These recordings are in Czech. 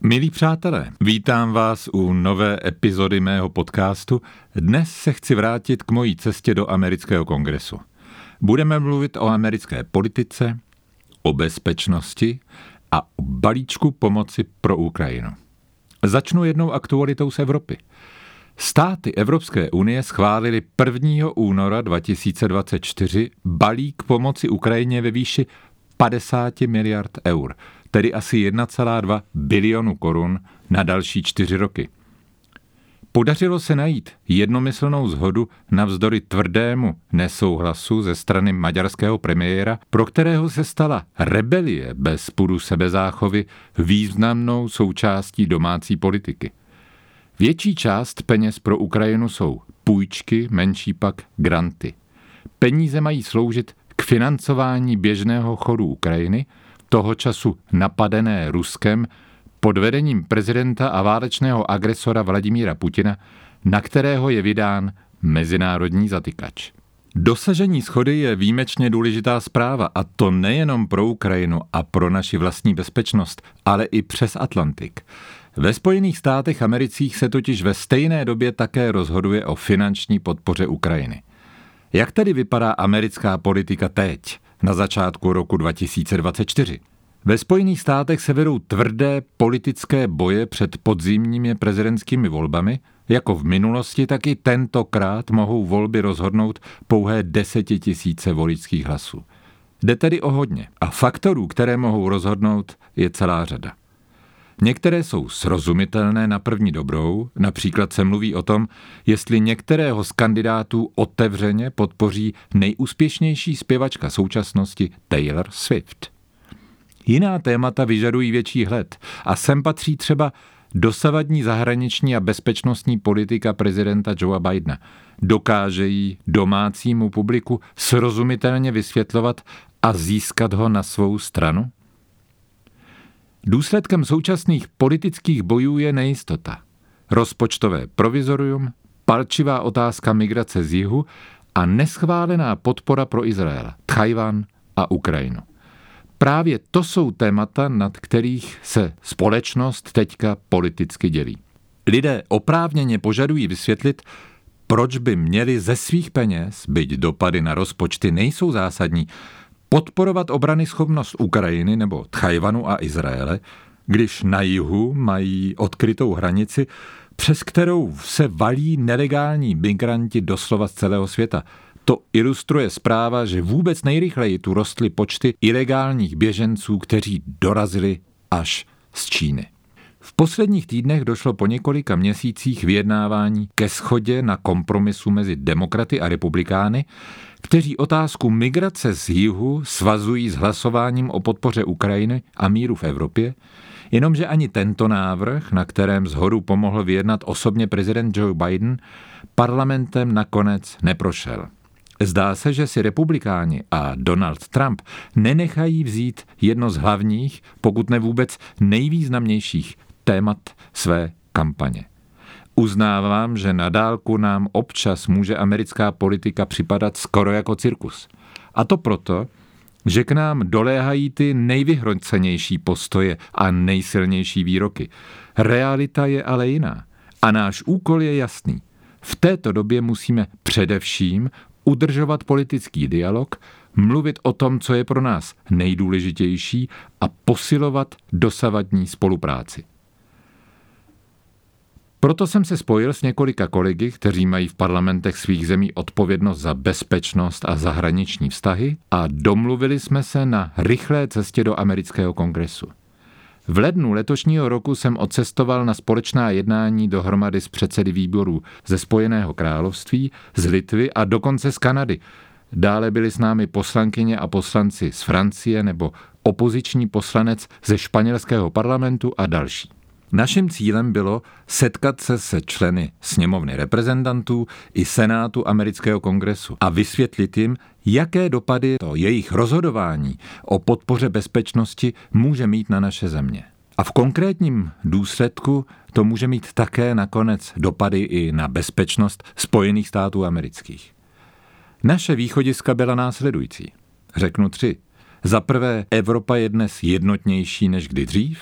Milí přátelé, vítám vás u nové epizody mého podcastu. Dnes se chci vrátit k mojí cestě do amerického kongresu. Budeme mluvit o americké politice, o bezpečnosti a o balíčku pomoci pro Ukrajinu. Začnu jednou aktualitou z Evropy. Státy Evropské unie schválily 1. února 2024 balík pomoci Ukrajině ve výši 50 miliard eur, tedy asi 1,2 bilionu korun na další 4 roky. Podařilo se najít jednomyslnou shodu navzdory tvrdému nesouhlasu ze strany maďarského premiéra, pro kterého se stala rebelie bez pudu sebezáchovy významnou součástí domácí politiky. Větší část peněz pro Ukrajinu jsou půjčky, menší pak granty. Peníze mají sloužit k financování běžného chodu Ukrajiny, toho času napadené Ruskem pod vedením prezidenta a válečného agresora Vladimíra Putina, na kterého je vydán mezinárodní zatykač. Dosažení shody je výjimečně důležitá zpráva, a to nejenom pro Ukrajinu a pro naši vlastní bezpečnost, ale i přes Atlantik. Ve Spojených státech amerických se totiž ve stejné době také rozhoduje o finanční podpoře Ukrajiny. Jak tedy vypadá americká politika teď, na začátku roku 2024? Ve Spojených státech se vedou tvrdé politické boje před podzimními prezidentskými volbami. Jako v minulosti, tak i tentokrát mohou volby rozhodnout pouhé 10 000 voličských hlasů. Jde tedy o hodně a faktorů, které mohou rozhodnout, je celá řada. Některé jsou srozumitelné na první dobrou, například se mluví o tom, jestli některého z kandidátů otevřeně podpoří nejúspěšnější zpěvačka současnosti Taylor Swift. Jiná témata vyžadují větší hled a sem patří třeba dosavadní zahraniční a bezpečnostní politika prezidenta Joea Bidena. Dokáže jí domácímu publiku srozumitelně vysvětlovat a získat ho na svou stranu? Důsledkem současných politických bojů je nejistota. Rozpočtové provizorium, palčivá otázka migrace z jihu a neschválená podpora pro Izrael, Tchaj-wan a Ukrajinu. Právě to jsou témata, nad kterých se společnost teďka politicky dělí. Lidé oprávněně požadují vysvětlit, proč by měli ze svých peněz, byť dopady na rozpočty nejsou zásadní, podporovat obranyschopnost Ukrajiny nebo Tchaj-wanu a Izraele, když na jihu mají odkrytou hranici, přes kterou se valí nelegální migranti doslova z celého světa. To ilustruje zpráva, že vůbec nejrychleji tu rostly počty ilegálních běženců, kteří dorazili až z Číny. V posledních týdnech došlo po několika měsících vyjednávání ke shodě na kompromisu mezi demokraty a republikány, kteří otázku migrace z jihu svazují s hlasováním o podpoře Ukrajiny a míru v Evropě, jenomže ani tento návrh, na kterém shodu pomohl vyjednat osobně prezident Joe Biden, parlamentem nakonec neprošel. Zdá se, že si republikáni a Donald Trump nenechají vzít jedno z hlavních, pokud ne vůbec nejvýznamnějších témat své kampaně. Uznávám, že na dálku nám občas může americká politika připadat skoro jako cirkus. A to proto, že k nám doléhají ty nejvyhrocenější postoje a nejsilnější výroky. Realita je ale jiná. A náš úkol je jasný. V této době musíme především udržovat politický dialog, mluvit o tom, co je pro nás nejdůležitější a posilovat dosavadní spolupráci. Proto jsem se spojil s několika kolegy, kteří mají v parlamentech svých zemí odpovědnost za bezpečnost a zahraniční vztahy a domluvili jsme se na rychlé cestě do amerického kongresu. V lednu letošního roku jsem odcestoval na společná jednání dohromady s předsedy výborů ze Spojeného království, z Litvy a dokonce z Kanady. Dále byli s námi poslankyně a poslanci z Francie nebo opoziční poslanec ze španělského parlamentu a další. Naším cílem bylo setkat se se členy sněmovny reprezentantů i senátu amerického kongresu a vysvětlit jim, jaké dopady to jejich rozhodování o podpoře bezpečnosti může mít na naše země. A v konkrétním důsledku to může mít také nakonec dopady i na bezpečnost Spojených států amerických. Naše východiska byla následující. Řeknu 3. Za prvé, Evropa je dnes jednotnější než kdy dřív.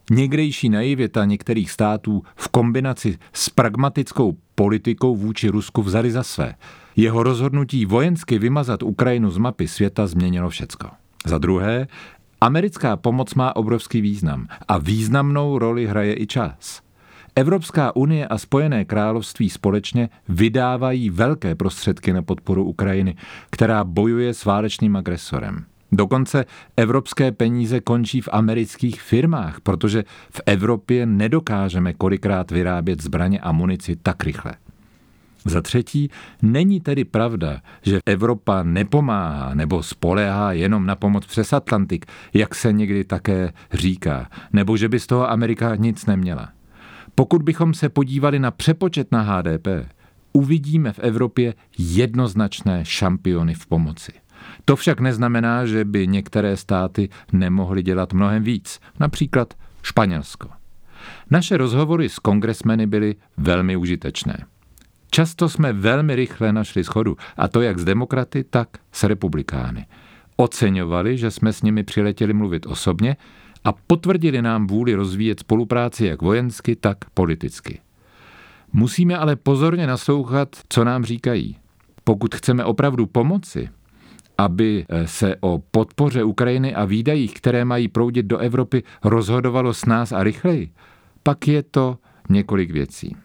Někdejší naivita některých států v kombinaci s pragmatickou politikou vůči Rusku vzali za své. Jeho rozhodnutí vojensky vymazat Ukrajinu z mapy světa změnilo všecko. Za druhé, americká pomoc má obrovský význam a významnou roli hraje i čas. Evropská unie a Spojené království společně vydávají velké prostředky na podporu Ukrajiny, která bojuje s válečným agresorem. Dokonce evropské peníze končí v amerických firmách, protože v Evropě nedokážeme kolikrát vyrábět zbraně a munici tak rychle. Za třetí, není tedy pravda, že Evropa nepomáhá nebo spoléhá jenom na pomoc přes Atlantik, jak se někdy také říká, nebo že by z toho Amerika nic neměla. Pokud bychom se podívali na přepočet na HDP, uvidíme v Evropě jednoznačné šampiony v pomoci. To však neznamená, že by některé státy nemohly dělat mnohem víc, například Španělsko. Naše rozhovory s kongresmeny byly velmi užitečné. Často jsme velmi rychle našli shodu, a to jak s demokraty, tak s republikány. Oceňovali, že jsme s nimi přiletěli mluvit osobně a potvrdili nám vůli rozvíjet spolupráci jak vojensky, tak politicky. Musíme ale pozorně naslouchat, co nám říkají. Pokud chceme opravdu pomoci, aby se o podpoře Ukrajiny a výdajích, které mají proudit do Evropy, rozhodovalo s nás a rychleji, pak je to několik věcí.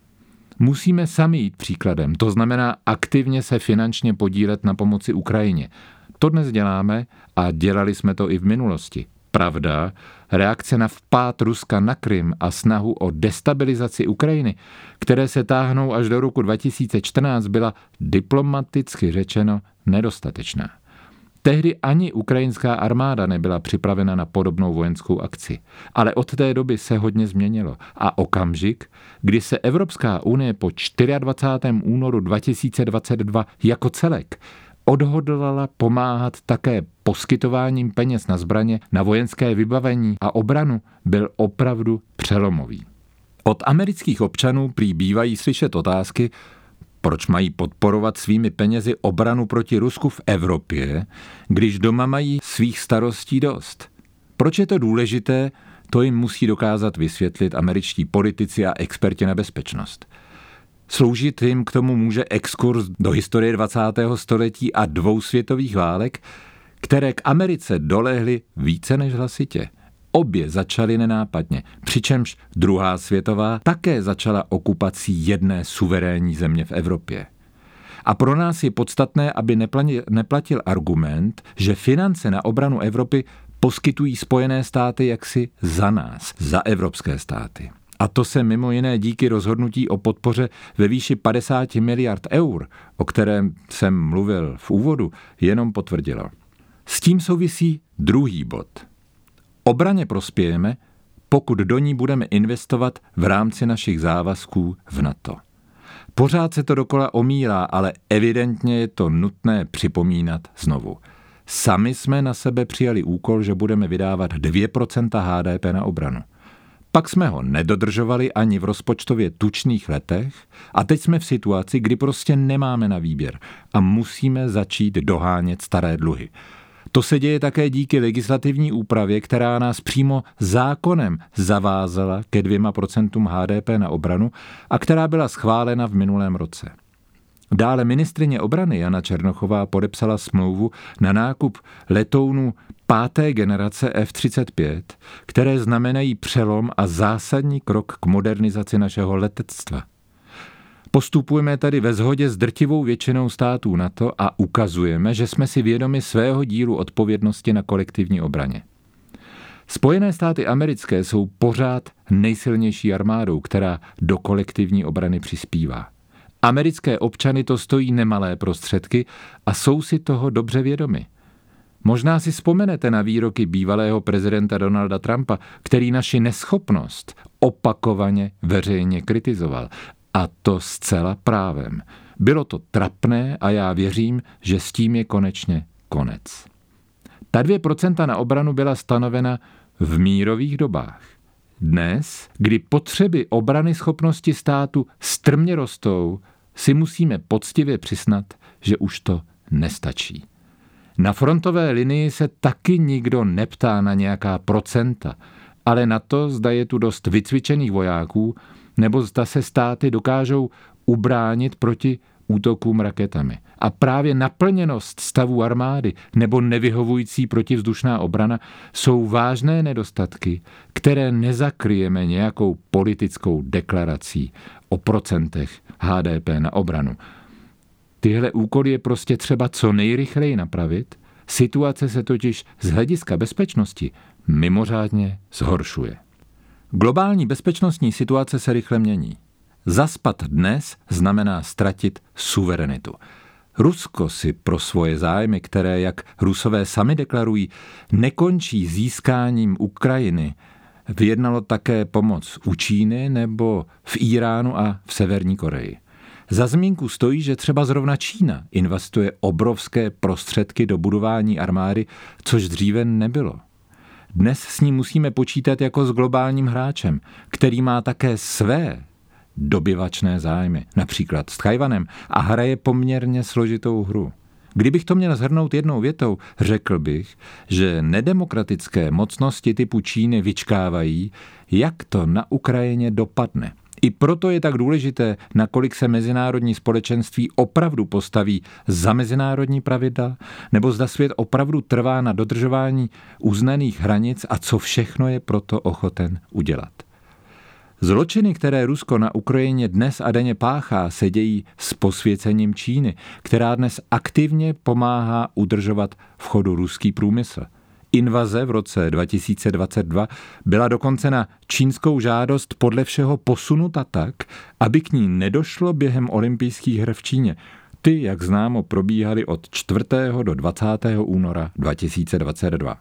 Musíme sami jít příkladem, to znamená aktivně se finančně podílet na pomoci Ukrajině. To dnes děláme a dělali jsme to i v minulosti. Pravda, reakce na vpád Ruska na Krym a snahu o destabilizaci Ukrajiny, které se táhnou až do roku 2014, byla diplomaticky řečeno nedostatečná. Tehdy ani ukrajinská armáda nebyla připravena na podobnou vojenskou akci. Ale od té doby se hodně změnilo. A okamžik, kdy se Evropská unie po 24. únoru 2022 jako celek odhodlala pomáhat také poskytováním peněz na zbraně, na vojenské vybavení a obranu, byl opravdu přelomový. Od amerických občanů prý bývají slyšet otázky, proč mají podporovat svými penězi obranu proti Rusku v Evropě, když doma mají svých starostí dost. Proč je to důležité, to jim musí dokázat vysvětlit američtí politici a experti na bezpečnost. Sloužit jim k tomu může exkurs do historie 20. století a 2 světových válek, které k Americe dolehly více než hlasitě. Obě začaly nenápadně, přičemž 2. světová také začala okupací jedné suverénní země v Evropě. A pro nás je podstatné, aby neplatil argument, že finance na obranu Evropy poskytují Spojené státy jaksi za nás, za evropské státy. A to se mimo jiné díky rozhodnutí o podpoře ve výši 50 miliard eur, o kterém jsem mluvil v úvodu, jenom potvrdilo. S tím souvisí druhý bod. Obraně prospějeme, pokud do ní budeme investovat v rámci našich závazků v NATO. Pořád se to dokola omílá, ale evidentně je to nutné připomínat znovu. Sami jsme na sebe přijali úkol, že budeme vydávat 2% HDP na obranu. Pak jsme ho nedodržovali ani v rozpočtově tučných letech a teď jsme v situaci, kdy prostě nemáme na výběr a musíme začít dohánět staré dluhy. To se děje také díky legislativní úpravě, která nás přímo zákonem zavázala ke 2% HDP na obranu a která byla schválena v minulém roce. Dále ministryně obrany Jana Černochová podepsala smlouvu na nákup letounů 5. generace F-35, které znamenají přelom a zásadní krok k modernizaci našeho letectva. Postupujeme tady ve shodě s drtivou většinou států NATO a ukazujeme, že jsme si vědomi svého dílu odpovědnosti na kolektivní obraně. Spojené státy americké jsou pořád nejsilnější armádou, která do kolektivní obrany přispívá. Americké občany to stojí nemalé prostředky a jsou si toho dobře vědomi. Možná si vzpomenete na výroky bývalého prezidenta Donalda Trumpa, který naši neschopnost opakovaně veřejně kritizoval. A to zcela právem. Bylo to trapné a já věřím, že s tím je konečně konec. Ta 2% na obranu byla stanovena v mírových dobách. Dnes, kdy potřeby obrany schopnosti státu strmě rostou, si musíme poctivě přiznat, že už to nestačí. Na frontové linii se taky nikdo neptá na nějaká procenta, ale na to, zda je tu dost vycvičených vojáků, nebo zda se státy dokážou ubránit proti útokům raketami. A právě naplněnost stavů armády nebo nevyhovující protivzdušná obrana jsou vážné nedostatky, které nezakryjeme nějakou politickou deklarací o procentech HDP na obranu. Tyhle úkoly je prostě třeba co nejrychleji napravit, situace se totiž z hlediska bezpečnosti mimořádně zhoršuje. Globální bezpečnostní situace se rychle mění. Zaspat dnes znamená ztratit suverenitu. Rusko si pro svoje zájmy, které, jak Rusové sami deklarují, nekončí získáním Ukrajiny, vyjednalo také pomoc u Číny nebo v Íránu a v Severní Koreji. Za zmínku stojí, že třeba zrovna Čína investuje obrovské prostředky do budování armády, což dříve nebylo. Dnes s ním musíme počítat jako s globálním hráčem, který má také své dobyvačné zájmy, například s Tchajwanem, a hraje poměrně složitou hru. Kdybych to měl shrnout jednou větou, řekl bych, že nedemokratické mocnosti typu Číny vyčkávají, jak to na Ukrajině dopadne. I proto je tak důležité, nakolik se mezinárodní společenství opravdu postaví za mezinárodní pravidla, nebo zda svět opravdu trvá na dodržování uznaných hranic a co všechno je proto ochoten udělat. Zločiny, které Rusko na Ukrajině dnes a denně páchá, se dějí s posvěcením Číny, která dnes aktivně pomáhá udržovat v chodu ruský průmysl. Invaze v roce 2022 byla dokonce na čínskou žádost podle všeho posunuta tak, aby k ní nedošlo během olympijských her v Číně. Ty, jak známo, probíhaly od 4. do 20. února 2022.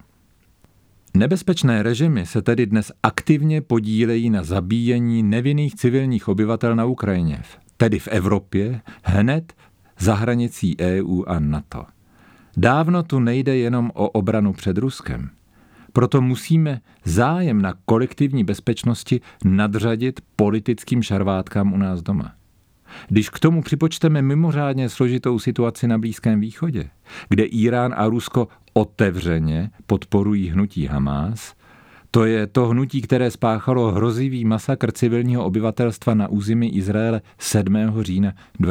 Nebezpečné režimy se tedy dnes aktivně podílejí na zabíjení nevinných civilních obyvatel na Ukrajině, tedy v Evropě, hned za hranicí EU a NATO. Dávno tu nejde jenom o obranu před Ruskem. Proto musíme zájem na kolektivní bezpečnosti nadřadit politickým šarvátkám u nás doma. Když k tomu připočteme mimořádně složitou situaci na Blízkém východě, kde Írán a Rusko otevřeně podporují hnutí Hamás, to je to hnutí, které spáchalo hrozivý masakr civilního obyvatelstva na území Izraele 7. října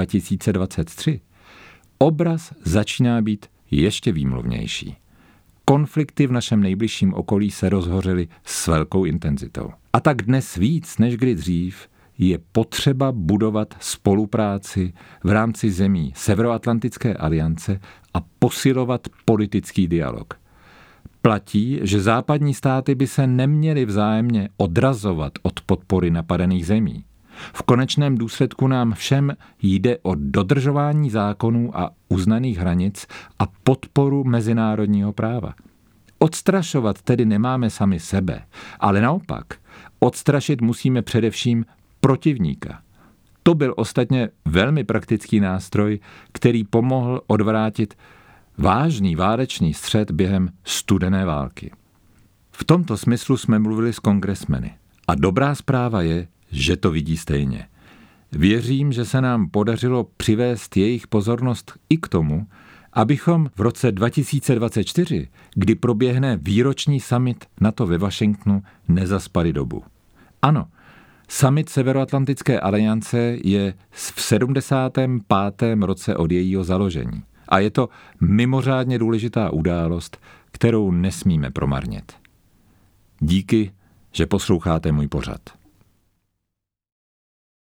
2023, obraz začíná být ještě výmluvnější. Konflikty v našem nejbližším okolí se rozhořely s velkou intenzitou. A tak dnes víc než kdy dřív je potřeba budovat spolupráci v rámci zemí Severoatlantické aliance a posilovat politický dialog. Platí, že západní státy by se neměly vzájemně odrazovat od podpory napadených zemí. V konečném důsledku nám všem jde o dodržování zákonů a uznaných hranic a podporu mezinárodního práva. Odstrašovat tedy nemáme sami sebe, ale naopak odstrašit musíme především protivníka. To byl ostatně velmi praktický nástroj, který pomohl odvrátit vážný válečný střet během studené války. V tomto smyslu jsme mluvili s kongresmeny. A dobrá zpráva je, že to vidí stejně. Věřím, že se nám podařilo přivést jejich pozornost i k tomu, abychom v roce 2024, kdy proběhne výroční summit NATO ve Washingtonu, nezaspali dobu. Ano, summit Severoatlantické aliance je v 75. roce od jejího založení. A je to mimořádně důležitá událost, kterou nesmíme promarnit. Díky, že posloucháte můj pořad.